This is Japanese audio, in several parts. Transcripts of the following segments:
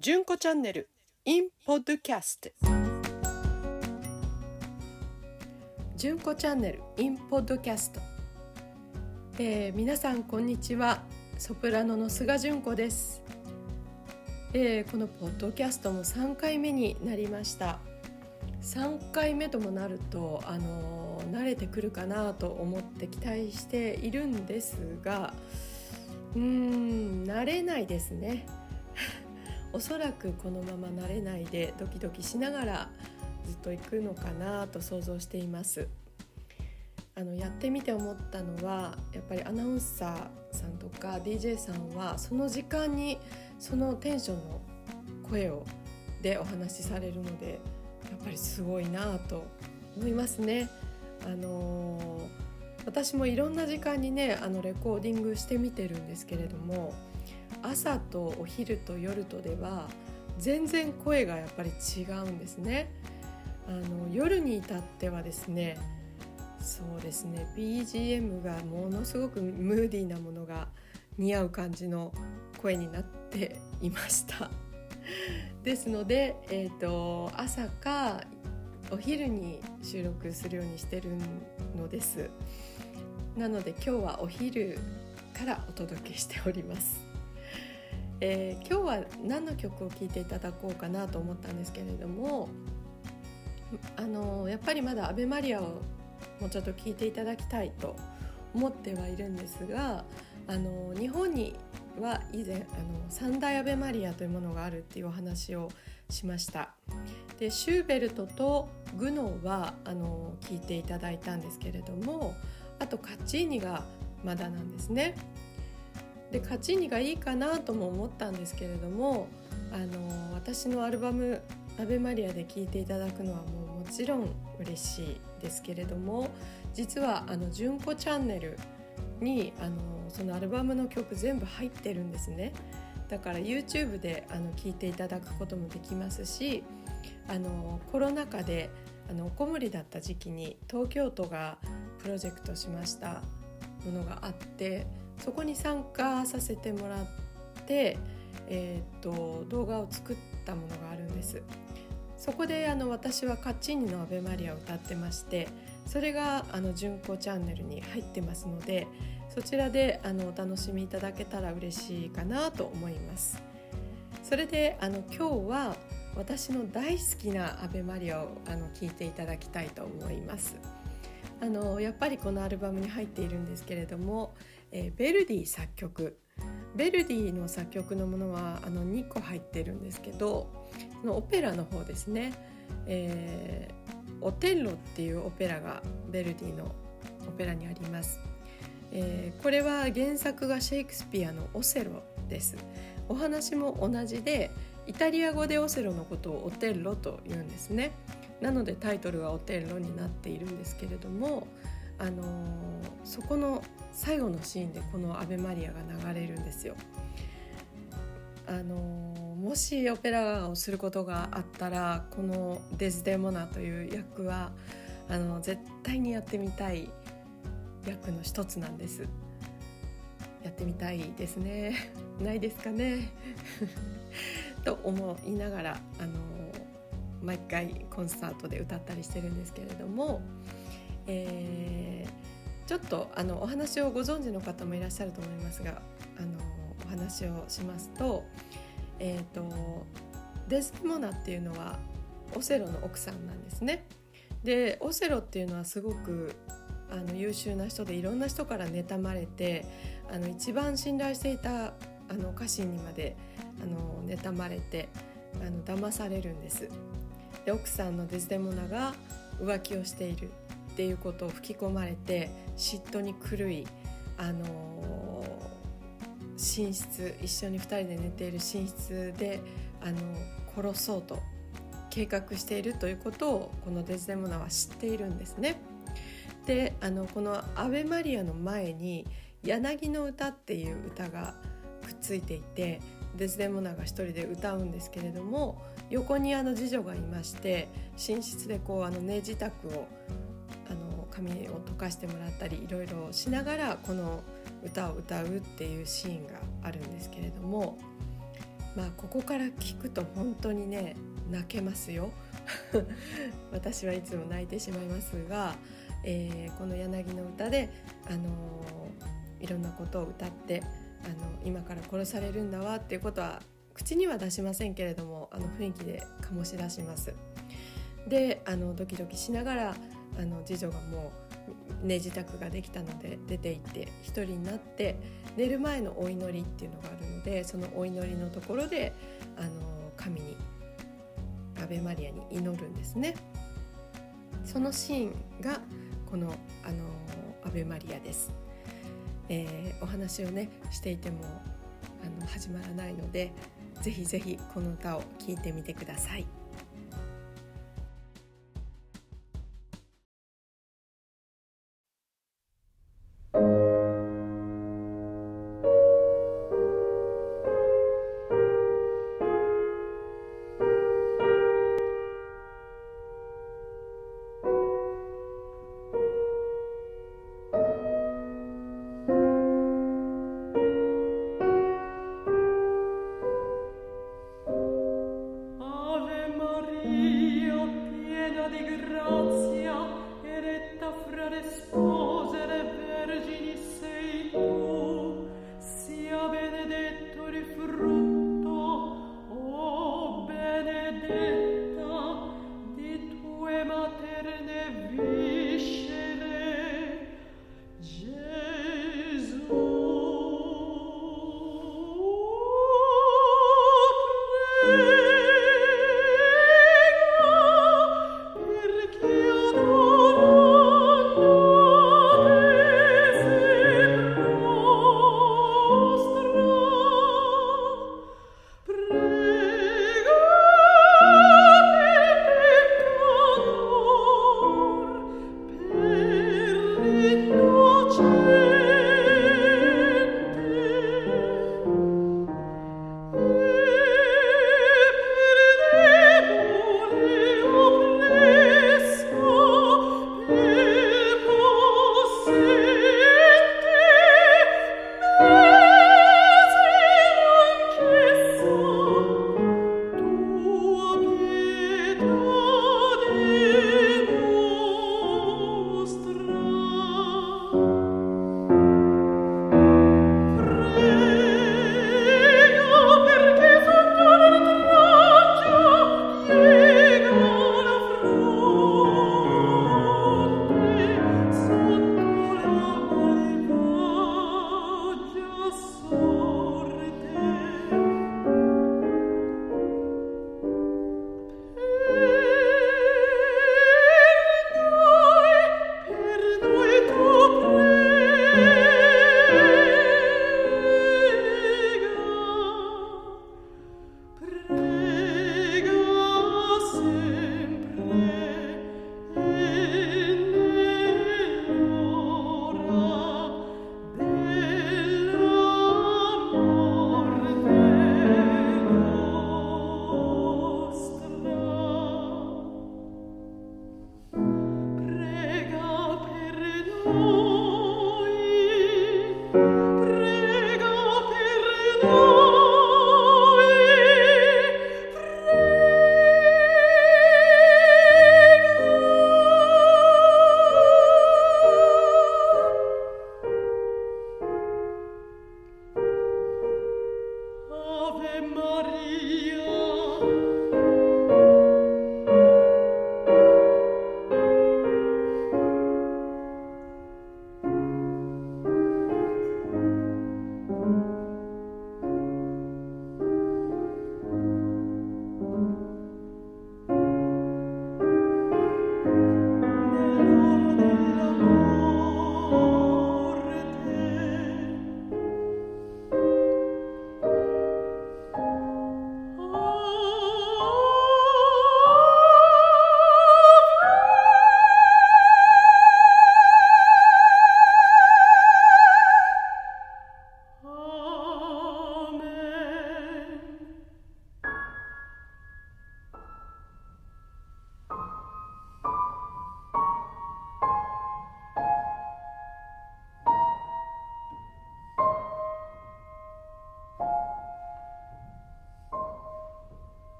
純子チャンネル in podcast。 純子チャンネル in podcast。皆さんこんにちは。ソプラノの菅純子です。このポッドキャストも3回目になりました。3回目ともなると慣れてくるかなと思って期待しているんですが、慣れないですね。おそらくこのまま慣れないでドキドキしながらずっと行くのかなと想像しています。やってみて思ったのは、やっぱりアナウンサーさんとか DJ さんはその時間にそのテンションの声でお話しされるので、やっぱりすごいなと思いますね。私もいろんな時間にねレコーディングしてみてるんですけれども、朝とお昼と夜とでは全然声がやっぱり違うんですね。夜に至ってはですね、そうですね BGM がものすごくムーディーなものが似合う感じの声になっていましたですので、朝かお昼に収録するようにしてるのです。なので今日はお昼からお届けしております。今日は何の曲を聴いていただこうかなと思ったんですけれども、やっぱりまだアベマリアをもうちょっと聴いていただきたいと思ってはいるんですが、日本には以前三大アベマリアというものがあるっていうお話をしました。でシューベルトとグノーは聴いていただいたんですけれども、あとカッチーニがまだなんですね。でカッチーニがいいかなとも思ったんですけれども、私のアルバムアベマリアで聴いていただくのはもちろん嬉しいですけれども、実は純子チャンネルにそのアルバムの曲全部入ってるんですね。だから YouTube で聴いていただくこともできますし、コロナ禍でおこもりだった時期に東京都がプロジェクトしましたものがあって、そこに参加させてもらって、動画を作ったものがあるんです。そこで私はカッチーニのアベマリアを歌ってまして、それが純子チャンネルに入ってますので、そちらでお楽しみいただけたら嬉しいかなと思います。それで今日は私の大好きなアベマリアを聴いていただきたいと思います。やっぱりこのアルバムに入っているんですけれども、ヴェルディ作曲、ヴェルディの作曲のものは2個入ってるんですけど、そのオペラの方ですね、オテッロっていうオペラがヴェルディのオペラにあります。これは原作がシェイクスピアのオセロです。お話も同じで、イタリア語でオセロのことをオテッロと言うんですね。なのでタイトルはオテッロになっているんですけれども、そこの最後のシーンでこのアベマリアが流れるんですよ。もしオペラをすることがあったら、このデズデモナという役は絶対にやってみたい役の一つなんです。やってみたいですね。ないですかねと思いながら毎回コンサートで歌ったりしてるんですけれども、ちょっとお話をご存知の方もいらっしゃると思いますが、お話をしますと、デスデモナっていうのはオセロの奥さんなんですね。でオセロっていうのはすごく優秀な人で、いろんな人から妬まれて一番信頼していた家臣にまで妬まれて騙されるんです。で奥さんのデズデモナが浮気をしているっていうことを吹き込まれて、嫉妬に狂い寝室、一緒に2人で寝ている寝室で殺そうと計画しているということをこのデズデモナは知っているんですね。でこのアベマリアの前に柳の歌っていう歌がくっついていて、デズデモナが一人で歌うんですけれども、横に次女がいまして、寝室で寝支度を髪を溶かしてもらったりいろいろしながらこの歌を歌うっていうシーンがあるんですけれども、 ここから聞くと本当にね泣けますよ私はいつも泣いてしまいますが、この柳の歌で、いろんなことを歌って今から殺されるんだわっていうことは口には出しませんけれども雰囲気で醸し出します。でドキドキしながら次女がもう寝支度ができたので出て行って一人になって寝る前のお祈りっていうのがあるので、そのお祈りのところで神にアベマリアに祈るんですね。そのシーンがこのアベマリアです。お話をねしていても始まらないので、ぜひぜひこの歌を聴いてみてください。 Ave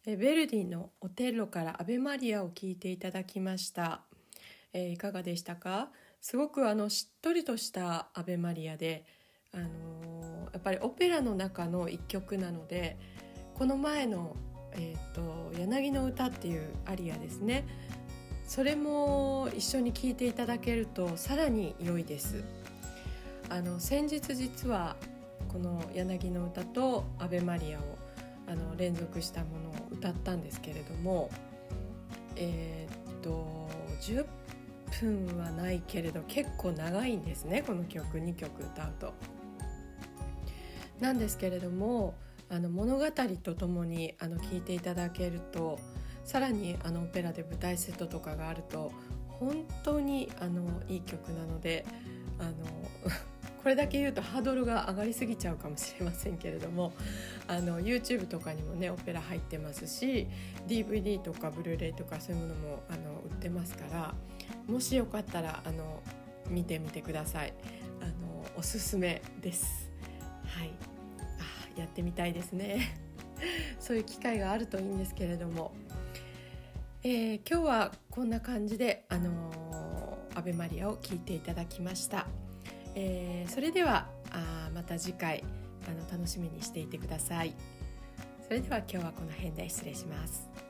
ヴェルディのオテッロからアベマリアを聴いていただきました。いかがでしたか？すごくしっとりとしたアベマリアで、やっぱりオペラの中の一曲なので、この前の、柳の歌っていうアリアですね、それも一緒に聴いていただけるとさらに良いです。先日実はこの柳の歌とアベマリアを連続したものを歌ったんですけれども、10分はないけれど結構長いんですね、この曲2曲歌うと。なんですけれども物語とともに聴いていただけると、さらにオペラで舞台セットとかがあると本当にいい曲なので、これだけ言うとハードルが上がりすぎちゃうかもしれませんけれども、YouTube とかにもねオペラ入ってますし、 DVD とかブルーレイとかそういうものも売ってますから、もしよかったら見てみてください。おすすめです。はい、やってみたいですねそういう機会があるといいんですけれども、今日はこんな感じでアベマリアを聴いていただきました。それではまた次回楽しみにしていてください。それでは今日はこの辺で失礼します。